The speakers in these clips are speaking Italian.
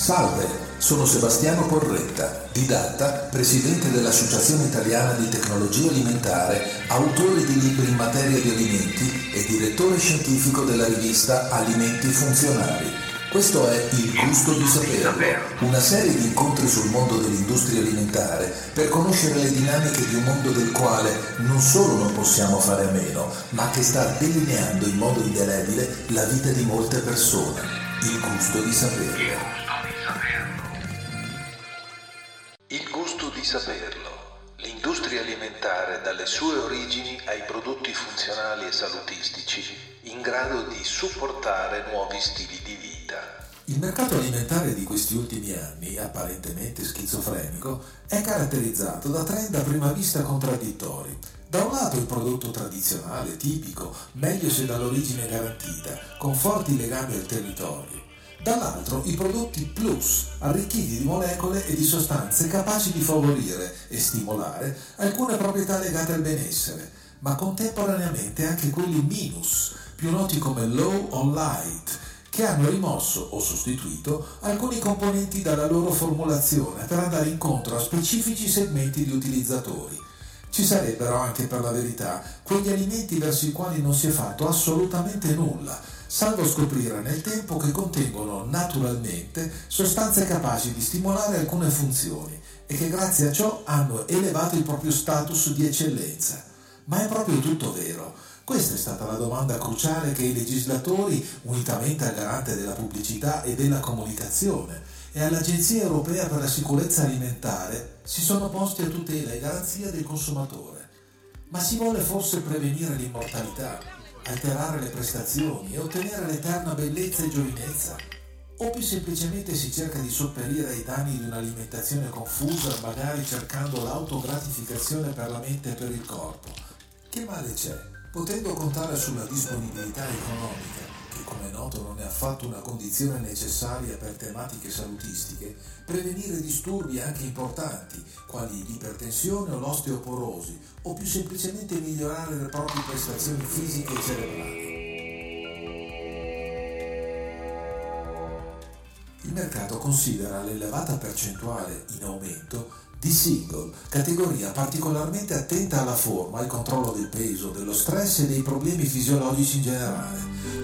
Salve, sono Sebastiano Porretta, didatta, presidente dell'Associazione Italiana di Tecnologia Alimentare, autore di libri in materia di alimenti e direttore scientifico della rivista Alimenti Funzionali. Questo è Il Gusto di Saperlo, una serie di incontri sul mondo dell'industria alimentare per conoscere le dinamiche di un mondo del quale non solo non possiamo fare a meno, ma che sta delineando in modo indelebile la vita di molte persone. Il Gusto di Saperlo. Il gusto di saperlo. L'industria alimentare dalle sue origini ai prodotti funzionali e salutistici in grado di supportare nuovi stili di vita. Il mercato alimentare di questi ultimi anni, apparentemente schizofrenico, è caratterizzato da trend a prima vista contraddittori. Da un lato il prodotto tradizionale, tipico, meglio se dall'origine garantita, con forti legami al territorio. Dall'altro i prodotti plus, arricchiti di molecole e di sostanze capaci di favorire e stimolare alcune proprietà legate al benessere, ma contemporaneamente anche quelli minus, più noti come low o light, che hanno rimosso o sostituito alcuni componenti dalla loro formulazione per andare incontro a specifici segmenti di utilizzatori. Ci sarebbero anche, per la verità, quegli alimenti verso i quali non si è fatto assolutamente nulla, salvo scoprire nel tempo che contengono naturalmente sostanze capaci di stimolare alcune funzioni e che grazie a ciò hanno elevato il proprio status di eccellenza. Ma è proprio tutto vero? Questa è stata la domanda cruciale che i legislatori, unitamente al garante della pubblicità e della comunicazione e all'Agenzia Europea per la Sicurezza Alimentare, si sono posti a tutela e garanzia del consumatore. Ma si vuole forse prevenire l'immortalità, alterare le prestazioni e ottenere l'eterna bellezza e giovinezza? O più semplicemente si cerca di sopperire ai danni di un'alimentazione confusa, magari cercando l'autogratificazione per la mente e per il corpo? Che male c'è? Potendo contare sulla disponibilità economica, che come noto non è affatto una condizione necessaria per tematiche salutistiche, prevenire disturbi anche importanti, quali l'ipertensione o l'osteoporosi, o più semplicemente migliorare le proprie prestazioni fisiche e cerebrali. Il mercato considera l'elevata percentuale in aumento di single, categoria particolarmente attenta alla forma, al controllo del peso, dello stress e dei problemi fisiologici in generale.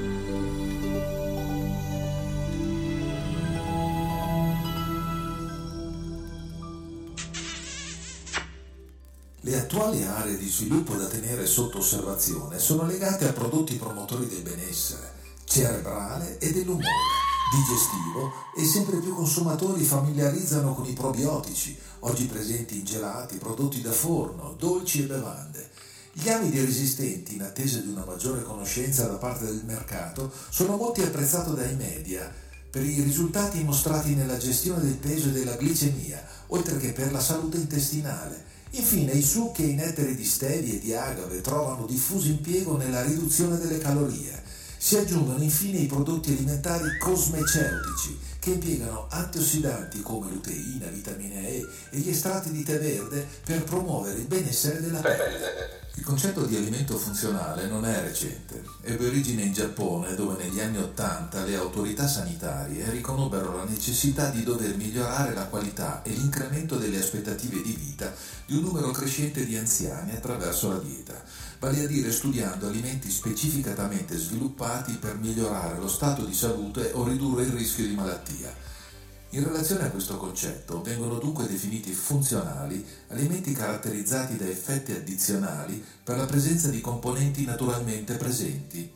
Le attuali aree di sviluppo da tenere sotto osservazione sono legate a prodotti promotori del benessere, cerebrale e dell'umore, digestivo, e sempre più consumatori familiarizzano con i probiotici, oggi presenti in gelati, prodotti da forno, dolci e bevande. Gli amidi resistenti, in attesa di una maggiore conoscenza da parte del mercato, sono molti apprezzati dai media per i risultati mostrati nella gestione del peso e della glicemia, oltre che per la salute intestinale. Infine, i succhi e i nettari di stevia e di agave trovano diffuso impiego nella riduzione delle calorie. Si aggiungono infine i prodotti alimentari cosmeceutici, che impiegano antiossidanti come luteina, vitamina E e gli estratti di tè verde per promuovere il benessere della pelle. Il concetto di alimento funzionale non è recente. Ebbe origine in Giappone, dove negli anni '80 le autorità sanitarie riconobbero la necessità di dover migliorare la qualità e l'incremento delle aspettative di vita di un numero crescente di anziani attraverso la dieta, vale a dire studiando alimenti specificatamente sviluppati per migliorare lo stato di salute o ridurre il rischio di malattia. In relazione a questo concetto vengono dunque definiti funzionali alimenti caratterizzati da effetti addizionali per la presenza di componenti naturalmente presenti,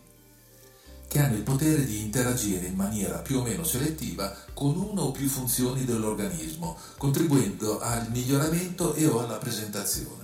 che hanno il potere di interagire in maniera più o meno selettiva con una o più funzioni dell'organismo, contribuendo al miglioramento e o alla presentazione.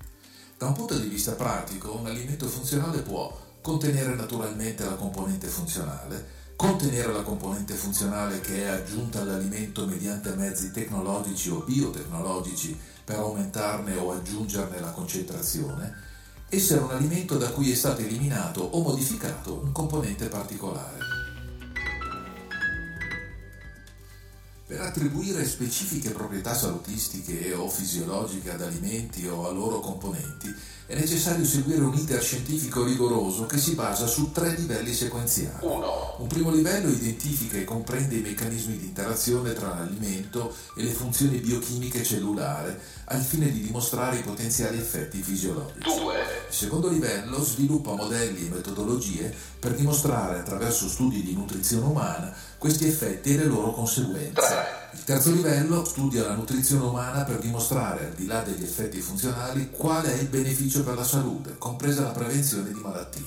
Da un punto di vista pratico, un alimento funzionale può contenere naturalmente la componente funzionale, contenere la componente funzionale che è aggiunta all'alimento mediante mezzi tecnologici o biotecnologici per aumentarne o aggiungerne la concentrazione, essere un alimento da cui è stato eliminato o modificato un componente particolare. Per attribuire specifiche proprietà salutistiche o fisiologiche ad alimenti o a loro componenti è necessario seguire un iter scientifico rigoroso che si basa su 3 livelli sequenziali. 1. Un primo livello identifica e comprende i meccanismi di interazione tra l'alimento e le funzioni biochimiche cellulari al fine di dimostrare i potenziali effetti fisiologici. 2. Il secondo livello sviluppa modelli e metodologie per dimostrare attraverso studi di nutrizione umana questi effetti e le loro conseguenze. 3. Il terzo livello studia la nutrizione umana per dimostrare, al di là degli effetti funzionali, quale è il beneficio per la salute, compresa la prevenzione di malattie.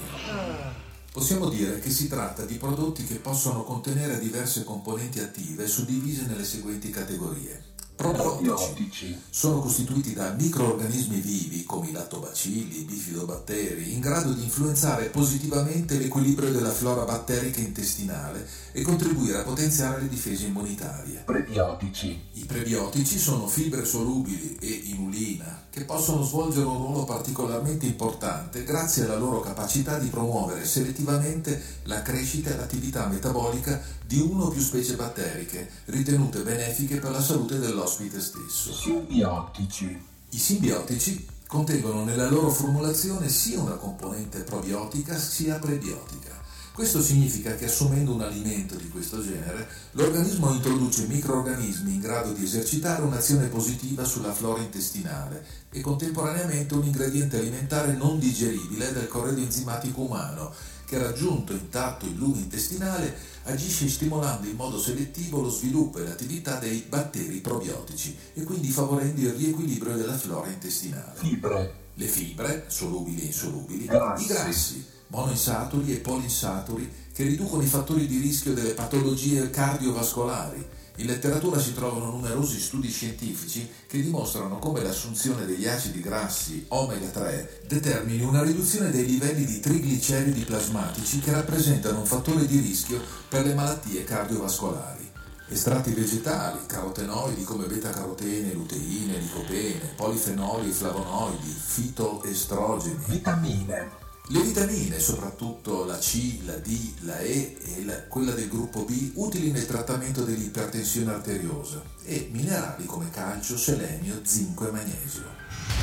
Possiamo dire che si tratta di prodotti che possono contenere diverse componenti attive suddivise nelle seguenti categorie. Probiotici sono costituiti da microorganismi vivi come i lattobacilli, i bifidobatteri, in grado di influenzare positivamente l'equilibrio della flora batterica intestinale e contribuire a potenziare le difese immunitarie. Prebiotici. I prebiotici sono fibre solubili e inulina che possono svolgere un ruolo particolarmente importante grazie alla loro capacità di promuovere selettivamente la crescita e l'attività metabolica di una o più specie batteriche ritenute benefiche per la salute dell'ospite stesso. Simbiotici. I simbiotici contengono nella loro formulazione sia una componente probiotica sia prebiotica. Questo significa che assumendo un alimento di questo genere, l'organismo introduce microorganismi in grado di esercitare un'azione positiva sulla flora intestinale e contemporaneamente un ingrediente alimentare non digeribile del corredo enzimatico umano che, raggiunto intatto il lume intestinale, agisce stimolando in modo selettivo lo sviluppo e l'attività dei batteri probiotici e quindi favorendo il riequilibrio della flora intestinale. Fibre. Le fibre, solubili e insolubili, i grassi, monoinsaturi e polinsaturi, che riducono i fattori di rischio delle patologie cardiovascolari. In letteratura si trovano numerosi studi scientifici che dimostrano come l'assunzione degli acidi grassi omega 3 determini una riduzione dei livelli di trigliceridi plasmatici che rappresentano un fattore di rischio per le malattie cardiovascolari. Estratti vegetali, carotenoidi come beta-carotene, luteine, licopene, polifenoli e flavonoidi, fitoestrogeni. Vitamine. Le vitamine, soprattutto la C, la D, la E e quella del gruppo B, utili nel trattamento dell'ipertensione arteriosa, e minerali come calcio, selenio, zinco e magnesio.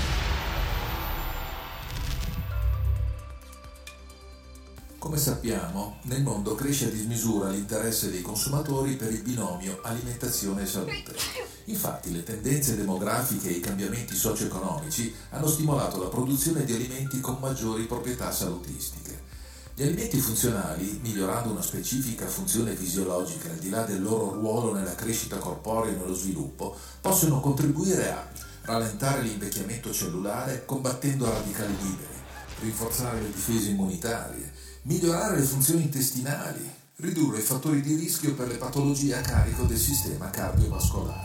Come sappiamo, nel mondo cresce a dismisura l'interesse dei consumatori per il binomio alimentazione e salute. Infatti, le tendenze demografiche e i cambiamenti socio-economici hanno stimolato la produzione di alimenti con maggiori proprietà salutistiche. Gli alimenti funzionali, migliorando una specifica funzione fisiologica al di là del loro ruolo nella crescita corporea e nello sviluppo, possono contribuire a rallentare l'invecchiamento cellulare combattendo radicali liberi, rinforzare le difese immunitarie, migliorare le funzioni intestinali, ridurre i fattori di rischio per le patologie a carico del sistema cardiovascolare.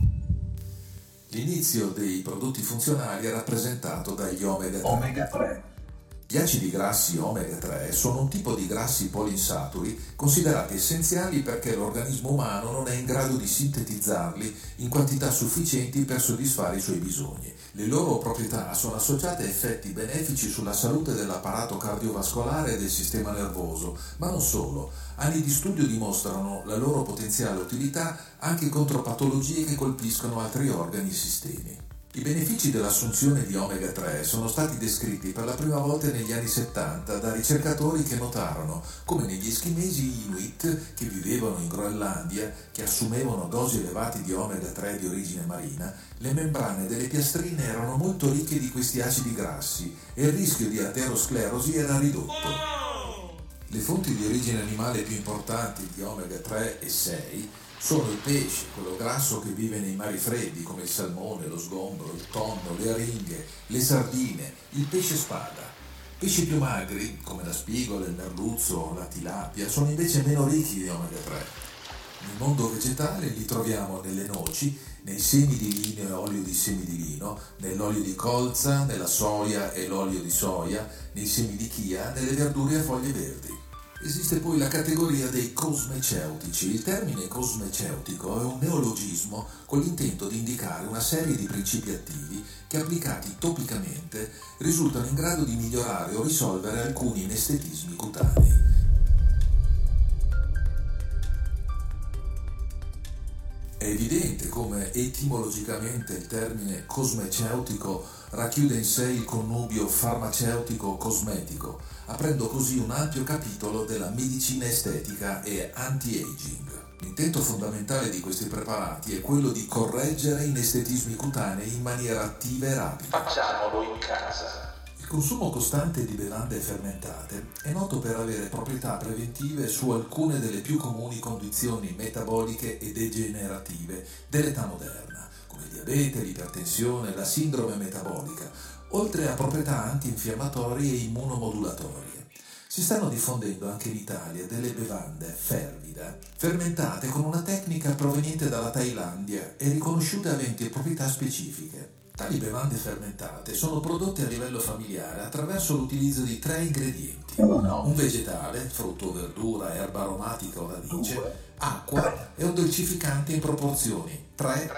L'inizio dei prodotti funzionali è rappresentato dagli omega 3. Gli acidi grassi omega 3 sono un tipo di grassi polinsaturi considerati essenziali perché l'organismo umano non è in grado di sintetizzarli in quantità sufficienti per soddisfare i suoi bisogni. Le loro proprietà sono associate a effetti benefici sulla salute dell'apparato cardiovascolare e del sistema nervoso, ma non solo. Anni di studio dimostrano la loro potenziale utilità anche contro patologie che colpiscono altri organi e sistemi. I benefici dell'assunzione di omega 3 sono stati descritti per la prima volta negli anni 70 da ricercatori che notarono come negli eschimesi Inuit che vivevano in Groenlandia, che assumevano dosi elevate di omega 3 di origine marina, le membrane delle piastrine erano molto ricche di questi acidi grassi e il rischio di aterosclerosi era ridotto. Le fonti di origine animale più importanti di omega 3 e 6 sono il pesce, quello grasso che vive nei mari freddi come il salmone, lo sgombro, il tonno, le aringhe, le sardine, il pesce spada. Pesci più magri, come la spigola, il merluzzo o la tilapia, sono invece meno ricchi di omega 3. Nel mondo vegetale li troviamo nelle noci, nei semi di lino e olio di semi di lino, nell'olio di colza, nella soia e l'olio di soia, nei semi di chia, nelle verdure a foglie verdi. Esiste poi la categoria dei cosmeceutici. Il termine cosmeceutico è un neologismo con l'intento di indicare una serie di principi attivi che, applicati topicamente, risultano in grado di migliorare o risolvere alcuni inestetismi cutanei. È evidente come etimologicamente il termine cosmeceutico racchiude in sé il connubio farmaceutico-cosmetico, aprendo così un ampio capitolo della medicina estetica e anti-aging. L'intento fondamentale di questi preparati è quello di correggere inestetismi cutanei in maniera attiva e rapida. Facciamolo in casa. Il consumo costante di bevande fermentate è noto per avere proprietà preventive su alcune delle più comuni condizioni metaboliche e degenerative dell'età moderna, come il diabete, l'ipertensione, la sindrome metabolica, oltre a proprietà antinfiammatorie e immunomodulatorie. Si stanno diffondendo anche in Italia delle bevande fervida, fermentate con una tecnica proveniente dalla Thailandia e riconosciute aventi proprietà specifiche. Tali bevande fermentate sono prodotte a livello familiare attraverso l'utilizzo di 3 ingredienti: un vegetale, frutto, verdura, erba aromatica o radice, acqua e un dolcificante in proporzioni 3,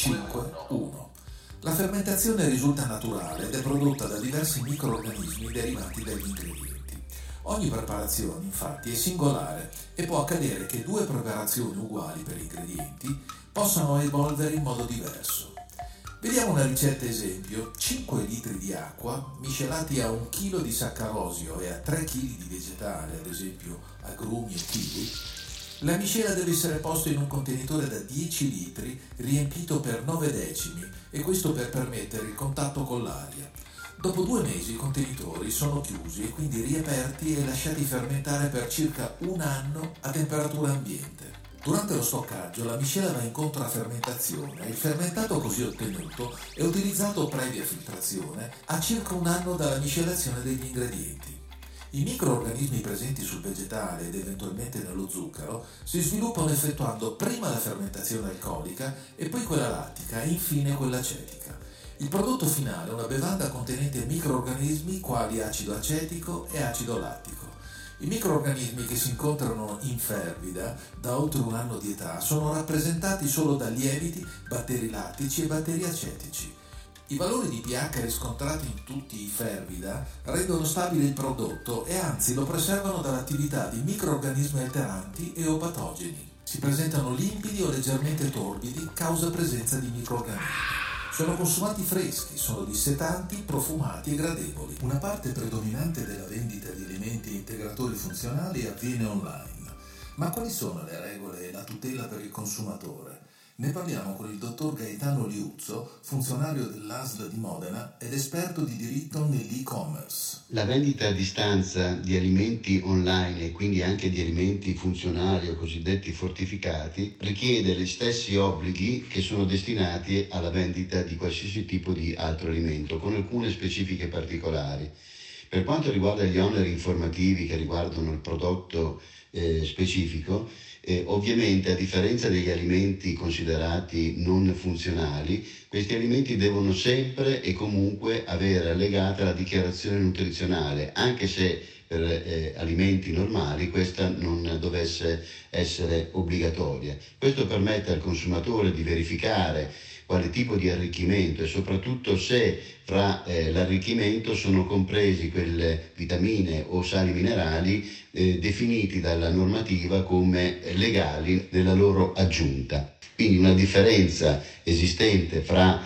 5, 1. La fermentazione risulta naturale ed è prodotta da diversi microrganismi derivati dagli ingredienti. Ogni preparazione, infatti, è singolare e può accadere che 2 preparazioni uguali per ingredienti possano evolvere in modo diverso. Vediamo una ricetta esempio: 5 litri di acqua miscelati a 1 kg di saccarosio e a 3 kg di vegetale, ad esempio agrumi e kiwi. La miscela deve essere posta in un contenitore da 10 litri riempito per 9 decimi, e questo per permettere il contatto con l'aria. Dopo 2 mesi i contenitori sono chiusi e quindi riaperti e lasciati fermentare per circa 1 anno a temperatura ambiente. Durante lo stoccaggio la miscela va incontro alla fermentazione e il fermentato così ottenuto è utilizzato previa filtrazione a circa 1 anno dalla miscelazione degli ingredienti. I microorganismi presenti sul vegetale ed eventualmente nello zucchero si sviluppano effettuando prima la fermentazione alcolica e poi quella lattica e infine quella acetica. Il prodotto finale è una bevanda contenente microorganismi quali acido acetico e acido lattico. I microorganismi che si incontrano in fervida da oltre 1 anno di età sono rappresentati solo da lieviti, batteri lattici e batteri acetici. I valori di pH riscontrati in tutti i fervida rendono stabile il prodotto e anzi lo preservano dall'attività di microorganismi alteranti e o patogeni. Si presentano limpidi o leggermente torbidi causa presenza di microorganismi. Sono consumati freschi, sono dissetanti, profumati e gradevoli. Una parte predominante della vendita di alimenti e integratori funzionali avviene online. Ma quali sono le regole e la tutela per il consumatore? Ne parliamo con il dottor Gaetano Liuzzo, funzionario dell'ASL di Modena ed esperto di diritto nell'e-commerce. La vendita a distanza di alimenti online e quindi anche di alimenti funzionali o cosiddetti fortificati richiede gli stessi obblighi che sono destinati alla vendita di qualsiasi tipo di altro alimento, con alcune specifiche particolari. Per quanto riguarda gli oneri informativi che riguardano il prodotto specifico, ovviamente a differenza degli alimenti considerati non funzionali, questi alimenti devono sempre e comunque avere allegata la dichiarazione nutrizionale, anche se per alimenti normali questa non dovesse essere obbligatoria. Questo permette al consumatore di verificare quale tipo di arricchimento e soprattutto se fra l'arricchimento sono compresi quelle vitamine o sali minerali definiti dalla normativa come legali nella loro aggiunta. Quindi una differenza esistente fra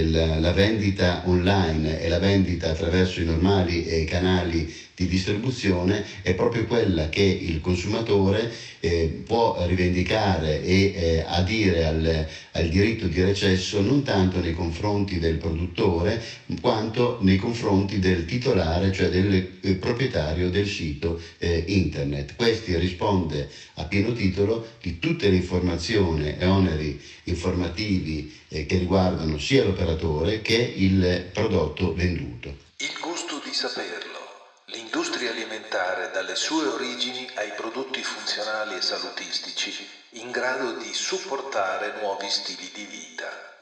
la vendita online e la vendita attraverso i normali canali di distribuzione è proprio quella che il consumatore può rivendicare e adire al diritto di recesso non tanto nei confronti del produttore quanto nei confronti del titolare, cioè del proprietario del sito internet. Questi risponde a pieno titolo di tutte le informazioni e oneri informativi che riguardano sia l'operatore che il prodotto venduto. Il gusto di saperlo. L'industria alimentare dalle sue origini ai prodotti funzionali e salutistici in grado di supportare nuovi stili di vita.